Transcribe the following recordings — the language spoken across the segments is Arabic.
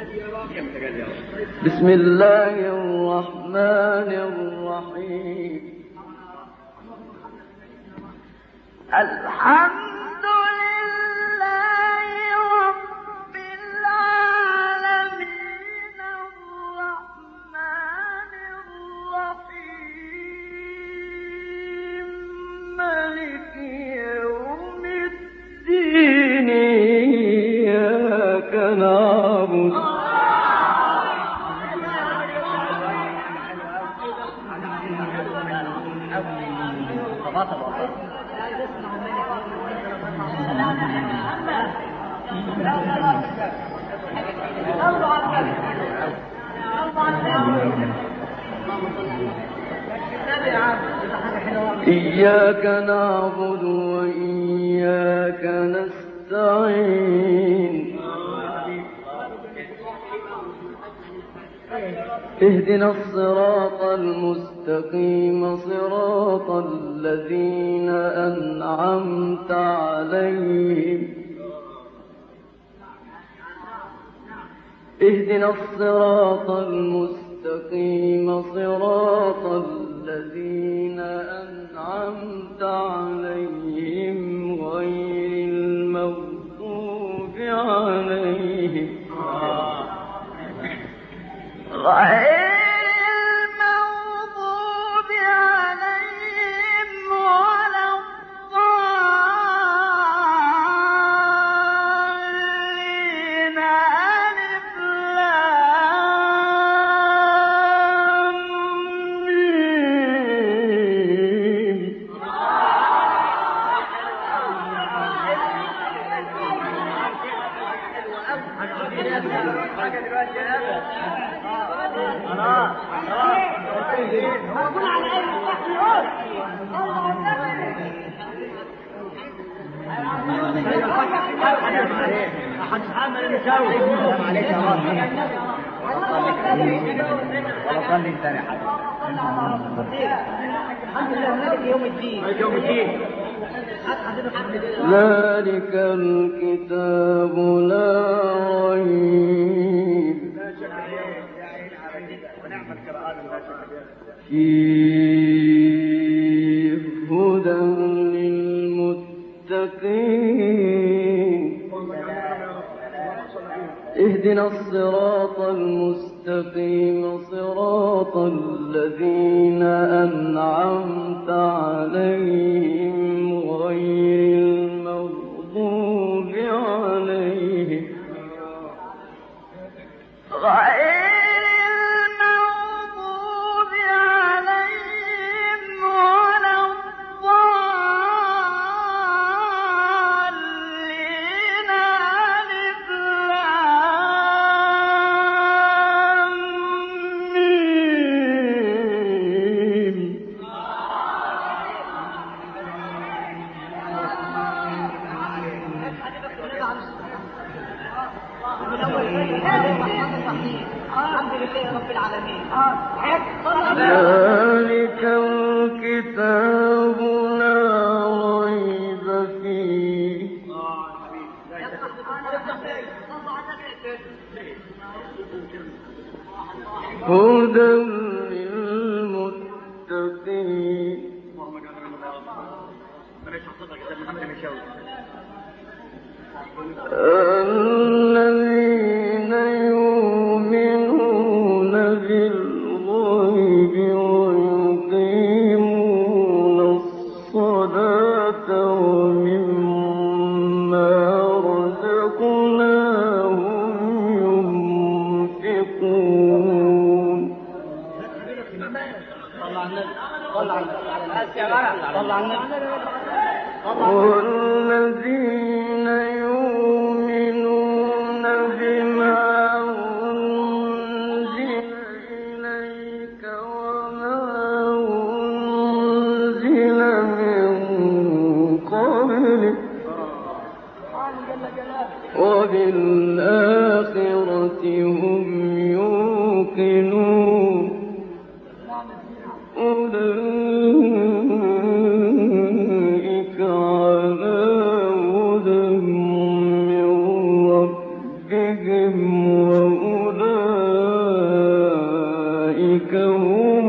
بسم الله الرحمن الرحيم. الحمد لله رب العالمين الرحمن الرحيم مالك يوم الدين إياك نعبد إياك نعبد وإياك نستعين اهدنا الصراط المستقيم صراط الذين أنعمت عليهم اهدنا الصراط المستقيم صراط الذين أنعمت عليهم غير المغضوب عليهم ولا الضالين ألف لام ميم. ذلك الكتاب لا ريب فيه هدى للمتقين اهدنا الصراط المستقيم صراط الذين أنعمت عليهم غير المغضوب عليهم ولا الضالين ألف لام ميم. الحمد لله رب العالمين. ذلك الكتاب لا ريب فيه هدى للمتقين الذين يؤمنون بالغيب ويقيمون الصلاة ومما رزقناهم ينفقون والذين يؤمنون بما أنزل إليك وما أنزل من قبلك وبالآخرة هم يوقنون أولئك على وأولئك هم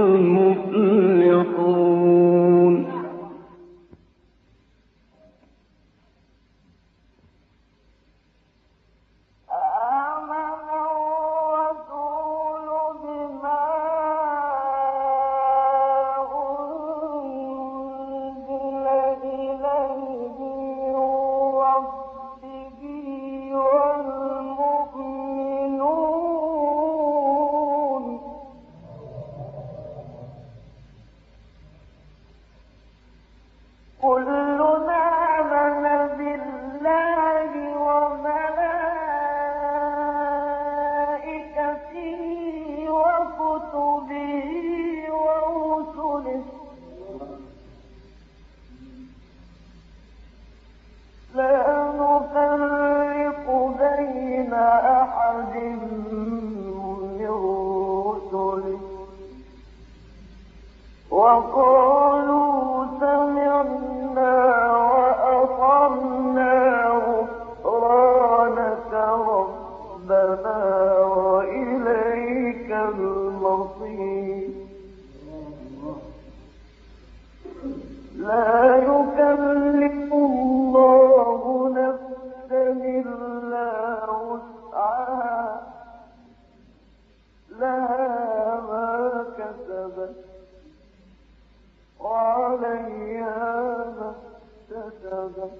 المفلحون. وقالوا سمعنا وأطعنا غفرانك ربنا وإليك المصير. لا يكلف الله نفسا إلا وسعها لها ما كسبت وعليها ما اكتسبت.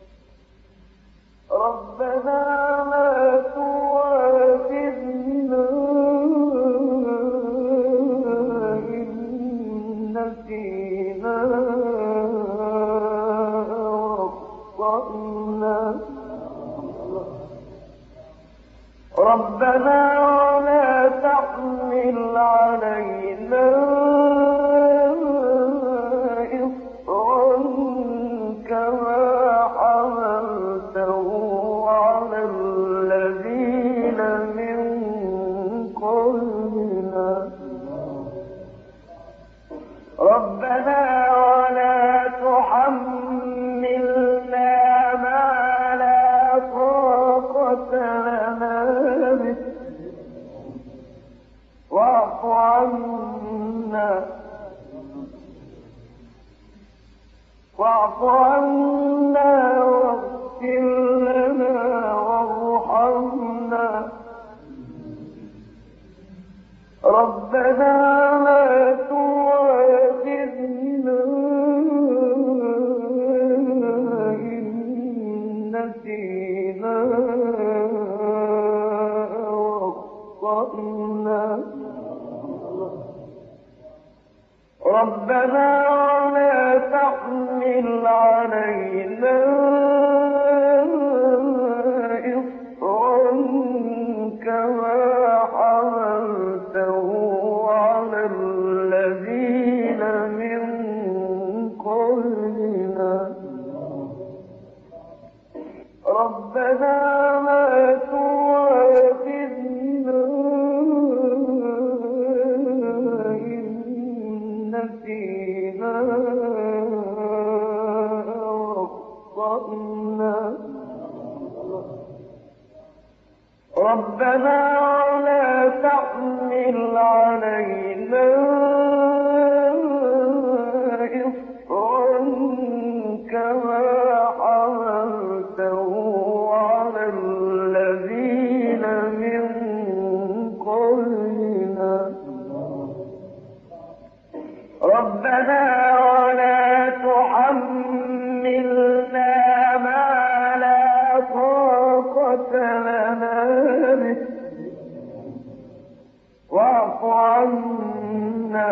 ربنا لا تؤاخذنا إن نسينا وأخطأنا. ربنا ولا تحمل علينا كما حملته على الذين من قبلنا. ربنا ولا تحملنا ما لا طاقة لنا به واعف عنا واغفر لنا وارحمنا. ربنا لا تؤاخذنا إن نسينا وأخطأنا. ربنا لا تحمل علينا إصرا كما حملته على الذين من قبلنا. ربنا لا تؤاخذنا إن نسينا وأخطأنا. ربنا لا تحمل علينا إصرا كما حملته على الذين من قبلنا. ربنا ولا تحملنا ما لا طاقة لنا به واعف عنا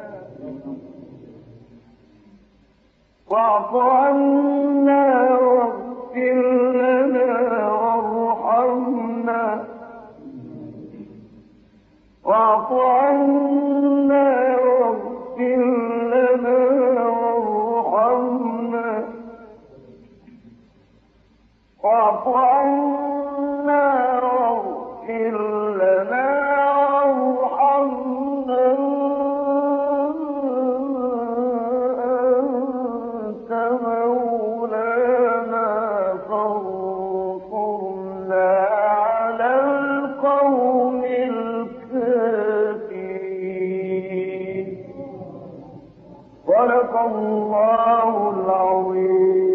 واغفر لنا وارحمنا. واعف عنا واغفر لنا وارحمنا. واعف عنا واغفر لنا وارحمنا. أنت مولانا فانصرنا على صدق الله العظيم.